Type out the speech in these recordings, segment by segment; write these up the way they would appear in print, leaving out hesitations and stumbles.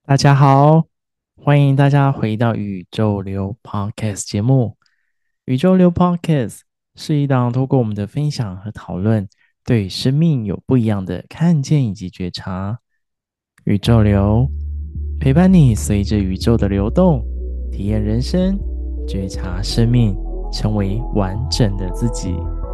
大家好，欢迎大家回到宇宙流 Podcast 节目。宇宙流 Podcast 是一档透过我们的分享和讨论，对生命有不一样的看见以及觉察。宇宙流陪伴你，随着宇宙的流动，体验人生，觉察生命，成为完整的自己。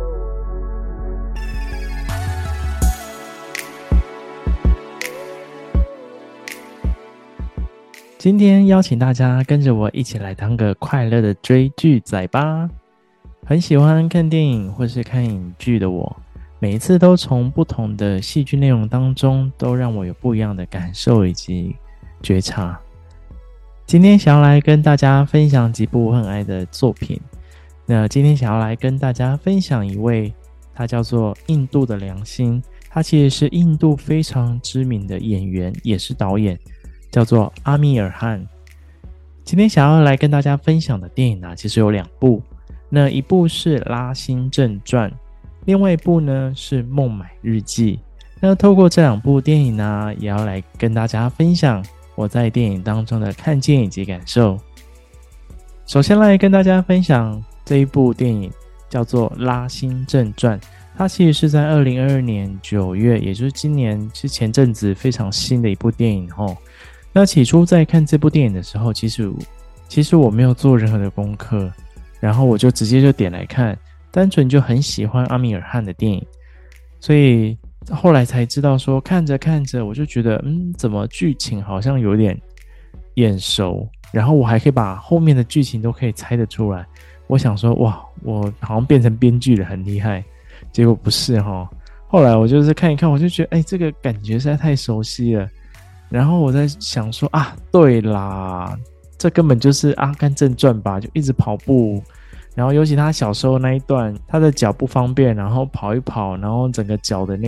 今天邀请大家跟着我一起来当个快乐的追剧仔吧。很喜欢看电影或是看影剧的我，每一次都从不同的戏剧内容当中，都让我有不一样的感受以及觉察。今天想要来跟大家分享几部我很爱的作品。那今天想要来跟大家分享一位，他叫做印度的良心，他其实是印度非常知名的演员，也是导演，叫做阿米尔汗。今天想要来跟大家分享的电影呢，其实有两部。那一部是《拉辛正传》，另外一部呢是《孟买日记》。那透过这两部电影呢，也要来跟大家分享我在电影当中的看见以及感受。首先来跟大家分享这一部电影，叫做《拉辛正传》。它其实是在2022年9月，也就是今年是前阵子非常新的一部电影吼。那起初在看这部电影的时候，其实我没有做任何的功课，然后我就直接就点来看，单纯就很喜欢阿米尔汗的电影，所以后来才知道说，看着看着我就觉得，怎么剧情好像有点眼熟，然后我还可以把后面的剧情都可以猜得出来。我想说，哇，我好像变成编剧了，很厉害。结果不是齁。后来我就是看一看，我就觉得，这个感觉实在太熟悉了。然后我在想说对啦，这根本就是《阿甘正传》吧，就一直跑步，然后尤其他小时候那一段，他的脚不方便，然后跑一跑，然后整个脚的那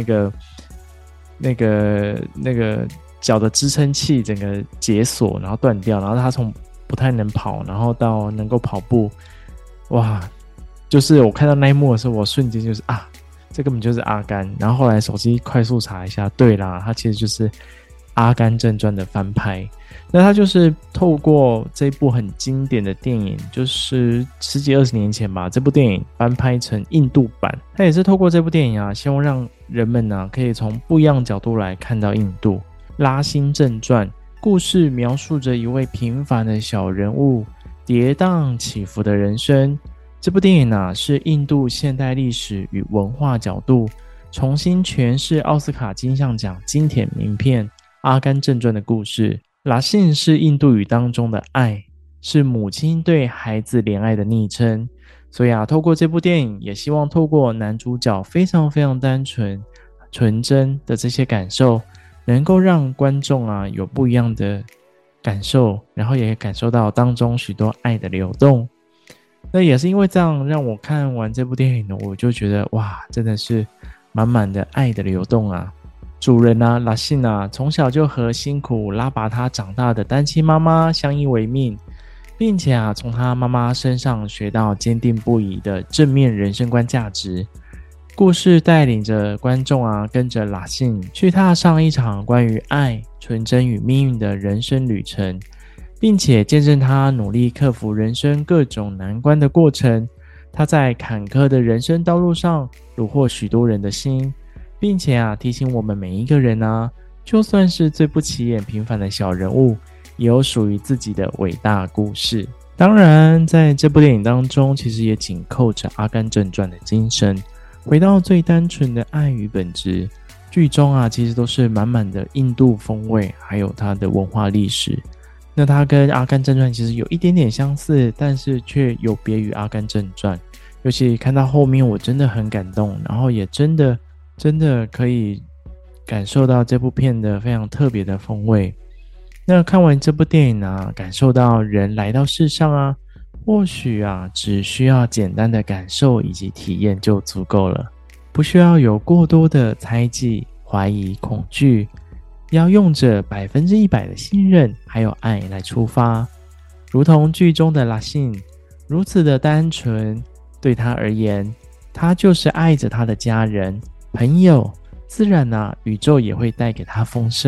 个脚的支撑器整个解锁，然后断掉，然后他从不太能跑，然后到能够跑步，哇！就是我看到那一幕的时候，我瞬间就是这根本就是阿甘。然后后来手机快速查一下，对啦，它其实就是阿甘正传的翻拍。那它就是透过这部很经典的电影，就是10几20年前吧，这部电影翻拍成印度版。它也是透过这部电影希望让人们可以从不一样的角度来看到印度。拉辛正传故事描述着一位平凡的小人物跌宕起伏的人生。这部电影是印度现代历史与文化角度重新诠释奥斯卡金像奖经典名片《阿甘正传》的故事。拉辛是印度语当中的爱，是母亲对孩子怜爱的昵称。所以透过这部电影，也希望透过男主角非常非常单纯、纯真的这些感受，能够让观众有不一样的感受，然后也感受到当中许多爱的流动。那也是因为这样，让我看完这部电影呢，我就觉得哇，真的是满满的爱的流动啊。主人拉辛从小就和辛苦拉拔他长大的单亲妈妈相依为命，并且从他妈妈身上学到坚定不移的正面人生观价值。故事带领着观众跟着拉辛去踏上一场关于爱、纯真与命运的人生旅程，并且见证他努力克服人生各种难关的过程。他在坎坷的人生道路上虏获许多人的心，并且提醒我们每一个人就算是最不起眼平凡的小人物，也有属于自己的伟大故事。当然在这部电影当中，其实也紧扣着阿甘正传的精神，回到最单纯的爱与本质。剧中其实都是满满的印度风味，还有它的文化历史。那它跟阿甘正传其实有一点点相似，但是却有别于阿甘正传。尤其看到后面我真的很感动，然后也真的可以感受到这部片的非常特别的风味。那看完这部电影感受到人来到世上或许只需要简单的感受以及体验就足够了，不需要有过多的猜忌、怀疑、恐惧，要用着100%的信任还有爱来出发。如同剧中的拉辛如此的单纯，对他而言，他就是爱着他的家人朋友，自然宇宙也会带给他丰盛。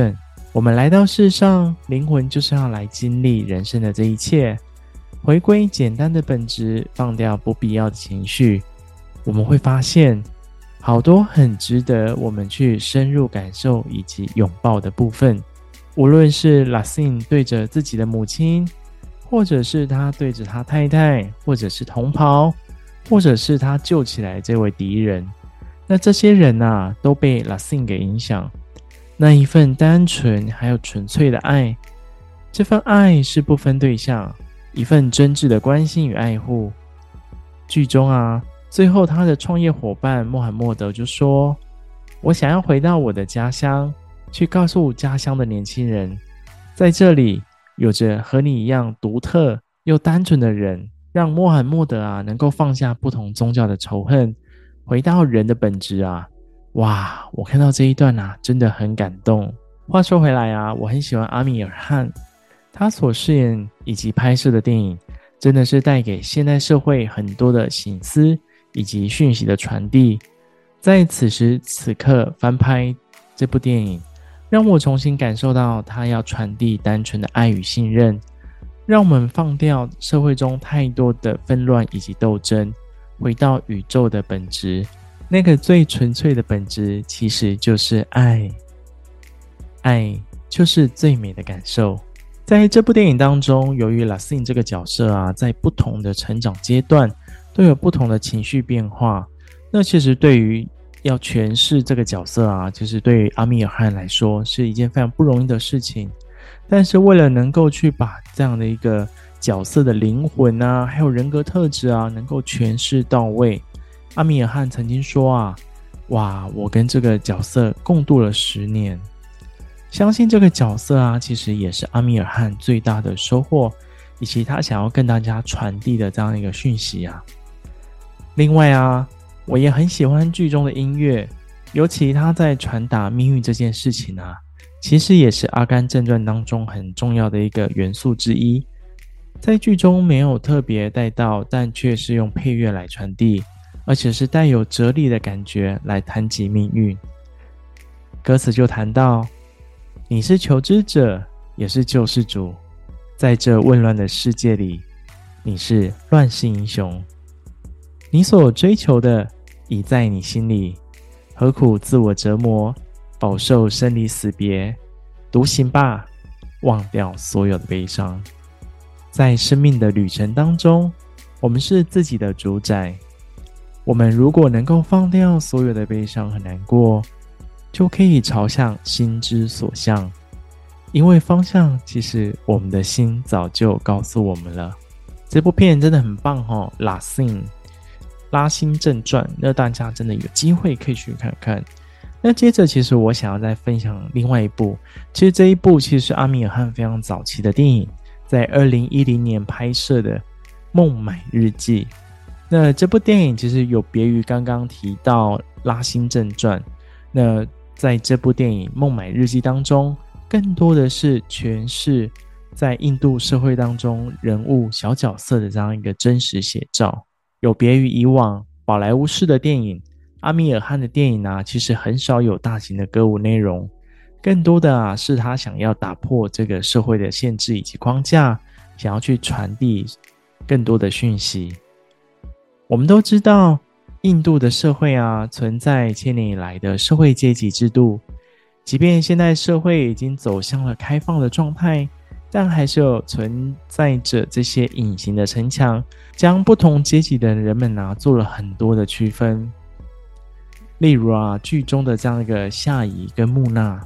我们来到世上，灵魂就是要来经历人生的这一切，回归简单的本质，放掉不必要的情绪，我们会发现好多很值得我们去深入感受以及拥抱的部分。无论是 Lacine 对着自己的母亲，或者是他对着他太太，或者是同袍，或者是他救起来这位敌人，那这些人啊，都被 Lacine 给影响。那一份单纯还有纯粹的爱，这份爱是不分对象，一份真挚的关心与爱护。剧中啊，最后他的创业伙伴穆罕默德就说，我想要回到我的家乡，去告诉家乡的年轻人，在这里有着和你一样独特又单纯的人，让穆罕默德啊能够放下不同宗教的仇恨，回到人的本质啊。哇，我看到这一段啊，真的很感动。话说回来啊，我很喜欢阿米尔汗，他所饰演以及拍摄的电影，真的是带给现代社会很多的省思以及讯息的传递。在此时此刻翻拍这部电影，让我重新感受到他要传递单纯的爱与信任，让我们放掉社会中太多的纷乱以及斗争，回到宇宙的本质。那个最纯粹的本质其实就是爱，爱就是最美的感受。在这部电影当中，由于 Lacine 这个角色啊，在不同的成长阶段都有不同的情绪变化，那其实对于要诠释这个角色啊，就是对于阿米尔汗来说是一件非常不容易的事情。但是为了能够去把这样的一个角色的灵魂啊，还有人格特质啊，能够诠释到位，阿米尔汗曾经说啊，哇，我跟这个角色共度了10年。相信这个角色啊，其实也是阿米尔汗最大的收获，以及他想要跟大家传递的这样一个讯息啊。另外啊，我也很喜欢剧中的音乐，尤其他在传达命运这件事情啊，其实也是《阿甘正传》当中很重要的一个元素之一。在剧中没有特别带到，但却是用配乐来传递，而且是带有哲理的感觉来谈及命运。歌词就谈到，你是求知者，也是救世主，在这混乱的世界里，你是乱世英雄。你所追求的已在你心里，何苦自我折磨，饱受生离死别？独行吧，忘掉所有的悲伤。在生命的旅程当中，我们是自己的主宰。我们如果能够放掉所有的悲伤和难过，就可以朝向心之所向。因为方向其实我们的心早就告诉我们了。这部片真的很棒哦，拉辛正传，那大家真的有机会可以去看看。那接着其实我想要再分享另外一部，其实这一部其实是阿米尔汗非常早期的电影，在2010年拍摄的《孟买日记》。那这部电影其实有别于刚刚提到拉辛正传，那在这部电影《孟买日记》当中，更多的是诠释在印度社会当中人物小角色的这样一个真实写照。有别于以往宝莱坞式的电影，阿米尔汗的电影啊，其实很少有大型的歌舞内容，更多的啊是他想要打破这个社会的限制以及框架，想要去传递更多的讯息。我们都知道，印度的社会啊，存在千年以来的社会阶级制度，即便现在社会已经走向了开放的状态，但还是有存在着这些隐形的城墙，将不同阶级的人们啊做了很多的区分。例如啊，剧中的这样一个夏乙跟木娜，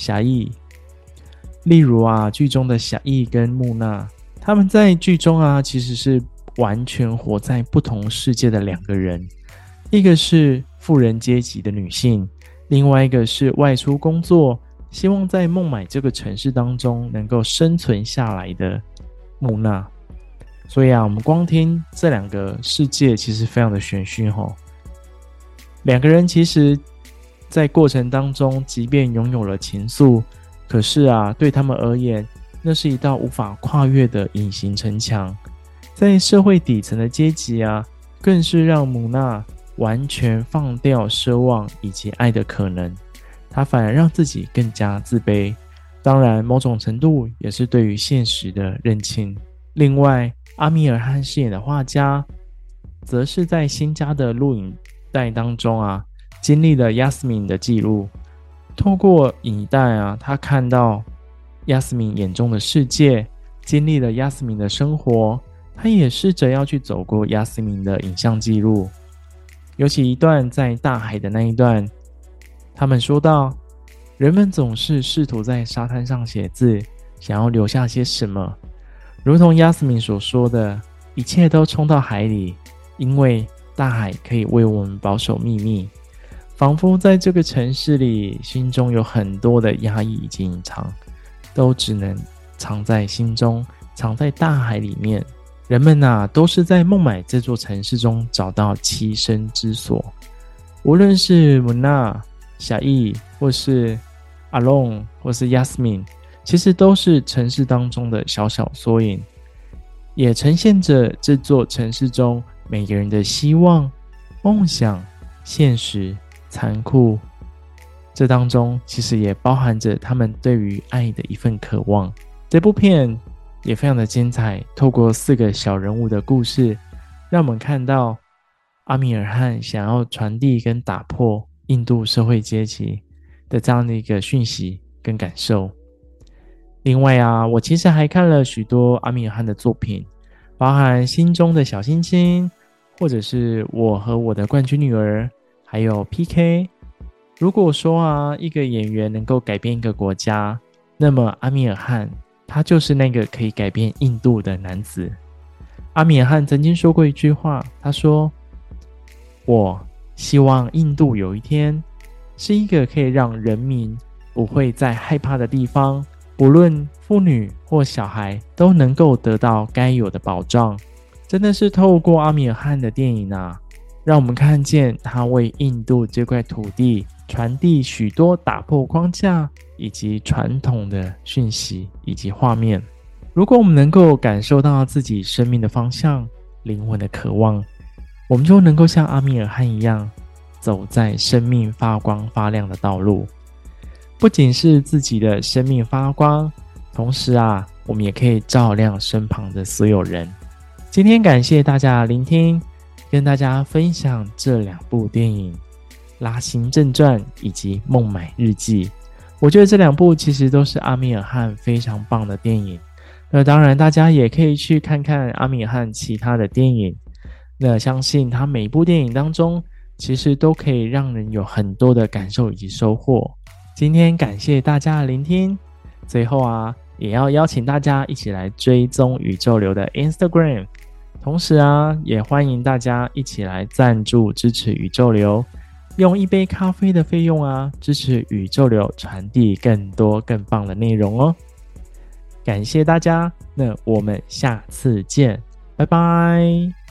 剧中的夏乙跟木娜，他们在剧中啊其实是完全活在不同世界的两个人，一个是富人阶级的女性，另外一个是外出工作，希望在孟买这个城市当中能够生存下来的木娜。所以啊，我们光听这两个世界其实非常的玄虚齁。两个人其实在过程当中即便拥有了情愫，可是啊对他们而言，那是一道无法跨越的隐形城墙。在社会底层的阶级啊，更是让木娜完全放掉奢望以及爱的可能，她反而让自己更加自卑， 当然某种程度也是对于现实的认清。另外，阿米尔汗饰演的画家则是在新家的录影带当中经历了亚斯敏的记录。透过影带他看到亚斯敏眼中的世界，经历了亚斯敏的生活，他也试着要去走过亚斯敏的影像记录。尤其一段在大海的那一段，他们说到，人们总是试图在沙滩上写字，想要留下些什么，如同亚斯敏所说的，一切都冲到海里，因为大海可以为我们保守秘密。仿佛在这个城市里，心中有很多的压抑以及隐藏，都只能藏在心中，藏在大海里面。人们都是在孟买这座城市中找到栖身之所。无论是穆娜、小易，或是阿龙，或是亚斯敏，其实都是城市当中的小小缩影，也呈现着这座城市中每个人的希望、梦想、现实、残酷，这当中其实也包含着他们对于爱的一份渴望。这部片也非常的精彩，透过4个小人物的故事，让我们看到阿米尔汗想要传递跟打破印度社会阶级的这样的一个讯息跟感受。另外我其实还看了许多阿米尔汗的作品，包含心中的小星星，或者是我和我的冠军女儿，还有 PK。 如果说一个演员能够改变一个国家，那么阿米尔汗他就是那个可以改变印度的男子。阿米尔汗曾经说过一句话，他说，我希望印度有一天是一个可以让人民不会再害怕的地方，不论妇女或小孩都能够得到该有的保障。真的是透过阿米尔汗的电影让我们看见他为印度这块土地传递许多打破框架以及传统的讯息以及画面。如果我们能够感受到自己生命的方向、灵魂的渴望，我们就能够像阿米尔汗一样，走在生命发光发亮的道路。不仅是自己的生命发光，同时我们也可以照亮身旁的所有人。今天感谢大家的聆听，跟大家分享这2部电影《拉辛正传》以及《孟买日记》。我觉得这2部其实都是阿米尔汗非常棒的电影。那当然大家也可以去看看阿米尔汗其他的电影，那相信他每一部电影当中其实都可以让人有很多的感受以及收获。今天感谢大家的聆听，最后也要邀请大家一起来追踪宇宙流的 Instagram， 同时也欢迎大家一起来赞助支持宇宙流，用1杯咖啡的费用支持宇宙流传递更多更棒的内容哦。感谢大家，那我们下次见，拜拜。